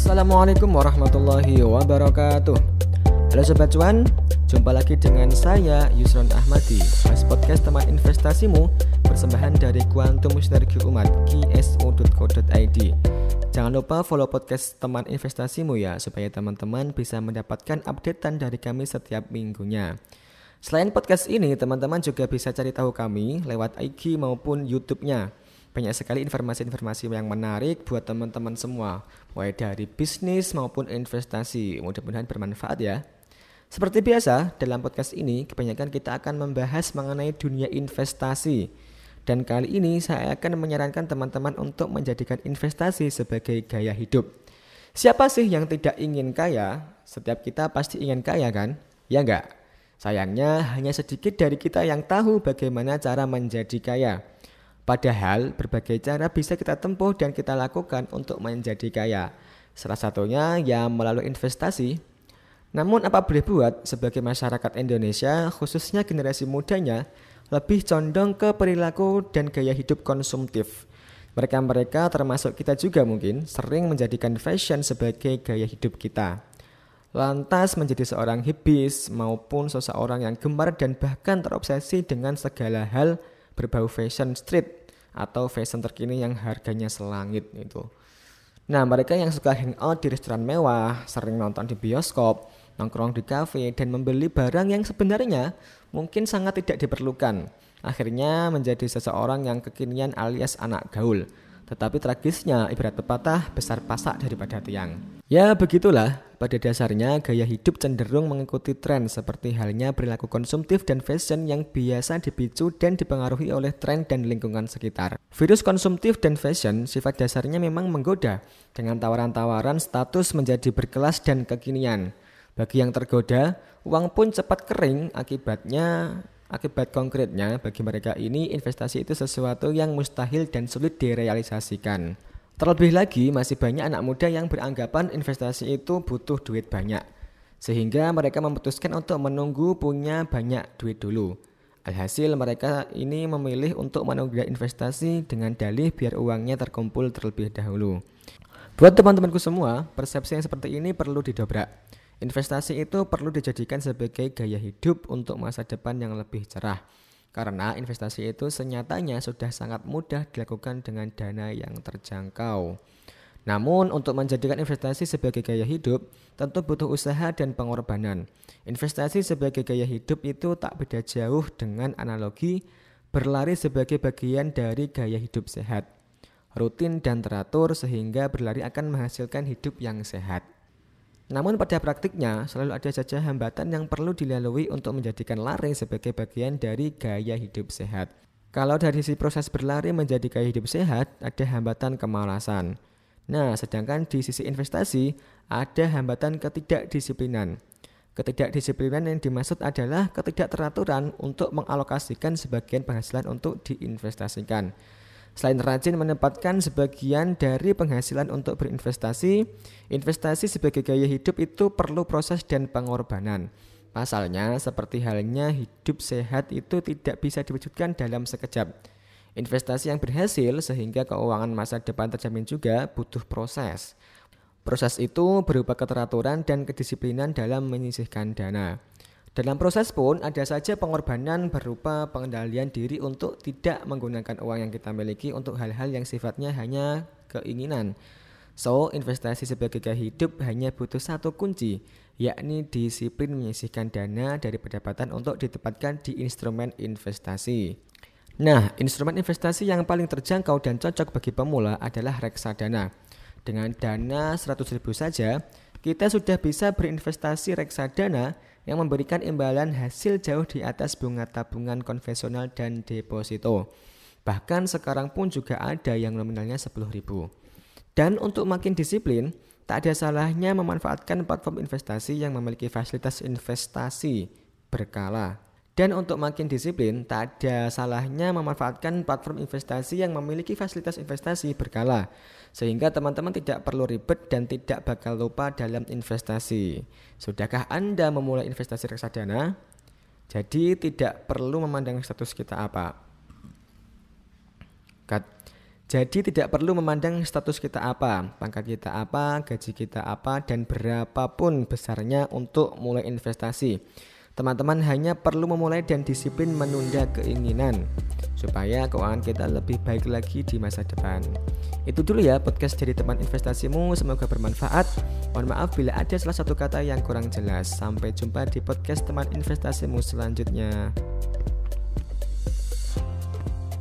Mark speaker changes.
Speaker 1: Assalamualaikum warahmatullahi wabarakatuh. Halo Sobat Cuan, jumpa lagi dengan saya Yusron Ahmadi, host podcast teman investasimu, persembahan dari Quantum Sinergi Umat QSO.co.id. Jangan lupa follow podcast teman investasimu ya, supaya teman-teman bisa mendapatkan updatean dari kami setiap minggunya. Selain podcast ini, teman-teman juga bisa cari tahu kami lewat IG maupun YouTube-nya. Banyak sekali informasi-informasi yang menarik buat teman-teman semua, mulai dari bisnis maupun investasi. Mudah-mudahan bermanfaat ya. Seperti biasa, dalam podcast ini kebanyakan kita akan membahas mengenai dunia investasi. Dan kali ini saya akan menyarankan teman-teman untuk menjadikan investasi sebagai gaya hidup. Siapa sih yang tidak ingin kaya? Setiap kita pasti ingin kaya kan? Ya enggak? Sayangnya hanya sedikit dari kita yang tahu bagaimana cara menjadi kaya. Padahal berbagai cara bisa kita tempuh dan kita lakukan untuk menjadi kaya. Salah satunya ya melalui investasi. Namun apa boleh buat, sebagai masyarakat Indonesia, khususnya generasi mudanya, lebih condong ke perilaku dan gaya hidup konsumtif. Mereka termasuk kita juga mungkin sering menjadikan fashion sebagai gaya hidup kita. Lantas menjadi seorang hippies maupun seseorang yang gemar dan bahkan terobsesi dengan segala hal berbau fashion street atau fashion terkini yang harganya selangit itu. Nah, mereka yang suka hangout di restoran mewah, sering nonton di bioskop, nongkrong di kafe, dan membeli barang yang sebenarnya mungkin sangat tidak diperlukan. Akhirnya menjadi seseorang yang kekinian alias anak gaul. Tetapi tragisnya ibarat pepatah, besar pasak daripada tiang. Ya begitulah, pada dasarnya gaya hidup cenderung mengikuti tren seperti halnya perilaku konsumtif dan fashion yang biasa dipicu dan dipengaruhi oleh tren dan lingkungan sekitar. Virus konsumtif dan fashion sifat dasarnya memang menggoda dengan tawaran-tawaran status menjadi berkelas dan kekinian. Bagi yang tergoda, uang pun cepat kering. Akibat konkretnya, bagi mereka ini investasi itu sesuatu yang mustahil dan sulit direalisasikan. Terlebih lagi, masih banyak anak muda yang beranggapan investasi itu butuh duit banyak, sehingga mereka memutuskan untuk menunggu punya banyak duit dulu. Alhasil mereka ini memilih untuk menunda investasi dengan dalih biar uangnya terkumpul terlebih dahulu. Buat teman-temanku semua, persepsi yang seperti ini perlu didobrak. Investasi itu perlu dijadikan sebagai gaya hidup untuk masa depan yang lebih cerah. Karena investasi itu senyatanya sudah sangat mudah dilakukan dengan dana yang terjangkau. Namun untuk menjadikan investasi sebagai gaya hidup tentu butuh usaha dan pengorbanan. Investasi sebagai gaya hidup itu tak beda jauh dengan analogi berlari sebagai bagian dari gaya hidup sehat. Rutin dan teratur sehingga berlari akan menghasilkan hidup yang sehat. Namun pada praktiknya selalu ada saja hambatan yang perlu dilalui untuk menjadikan lari sebagai bagian dari gaya hidup sehat. Kalau dari sisi proses berlari menjadi gaya hidup sehat, ada hambatan kemalasan. Nah, sedangkan di sisi investasi ada hambatan ketidakdisiplinan. Ketidakdisiplinan yang dimaksud adalah ketidakteraturan untuk mengalokasikan sebagian penghasilan untuk diinvestasikan. Selain rajin menempatkan sebagian dari penghasilan untuk berinvestasi, investasi sebagai gaya hidup itu perlu proses dan pengorbanan. Pasalnya, seperti halnya hidup sehat itu tidak bisa diwujudkan dalam sekejap. Investasi yang berhasil sehingga keuangan masa depan terjamin juga butuh proses. Proses itu berupa keteraturan dan kedisiplinan dalam menyisihkan dana. Dalam proses pun ada saja pengorbanan berupa pengendalian diri untuk tidak menggunakan uang yang kita miliki untuk hal-hal yang sifatnya hanya keinginan. So, investasi sebagai gaya hidup hanya butuh satu kunci, yakni disiplin menyisihkan dana dari pendapatan untuk ditempatkan di instrumen investasi. Nah, instrumen investasi yang paling terjangkau dan cocok bagi pemula adalah reksadana. Dengan dana 100.000 saja, kita sudah bisa berinvestasi reksadana yang memberikan imbalan hasil jauh di atas bunga tabungan konvensional dan deposito. Bahkan sekarang pun juga ada yang nominalnya 10.000. Dan untuk makin disiplin, tak ada salahnya memanfaatkan platform investasi yang memiliki fasilitas investasi berkala. Dan untuk makin disiplin, tak ada salahnya memanfaatkan platform investasi yang memiliki fasilitas investasi berkala. Sehingga teman-teman tidak perlu ribet dan tidak bakal lupa dalam investasi. Sudahkah Anda memulai investasi reksadana? Jadi tidak perlu memandang status kita apa. Jadi tidak perlu memandang status kita apa, pangkat kita apa, gaji kita apa, dan berapapun besarnya untuk mulai investasi. Teman-teman hanya perlu memulai dan disiplin menunda keinginan supaya keuangan kita lebih baik lagi di masa depan. Itu dulu ya podcast dari teman investasimu, semoga bermanfaat. Mohon maaf bila ada salah satu kata yang kurang jelas. Sampai jumpa di podcast teman investasimu selanjutnya.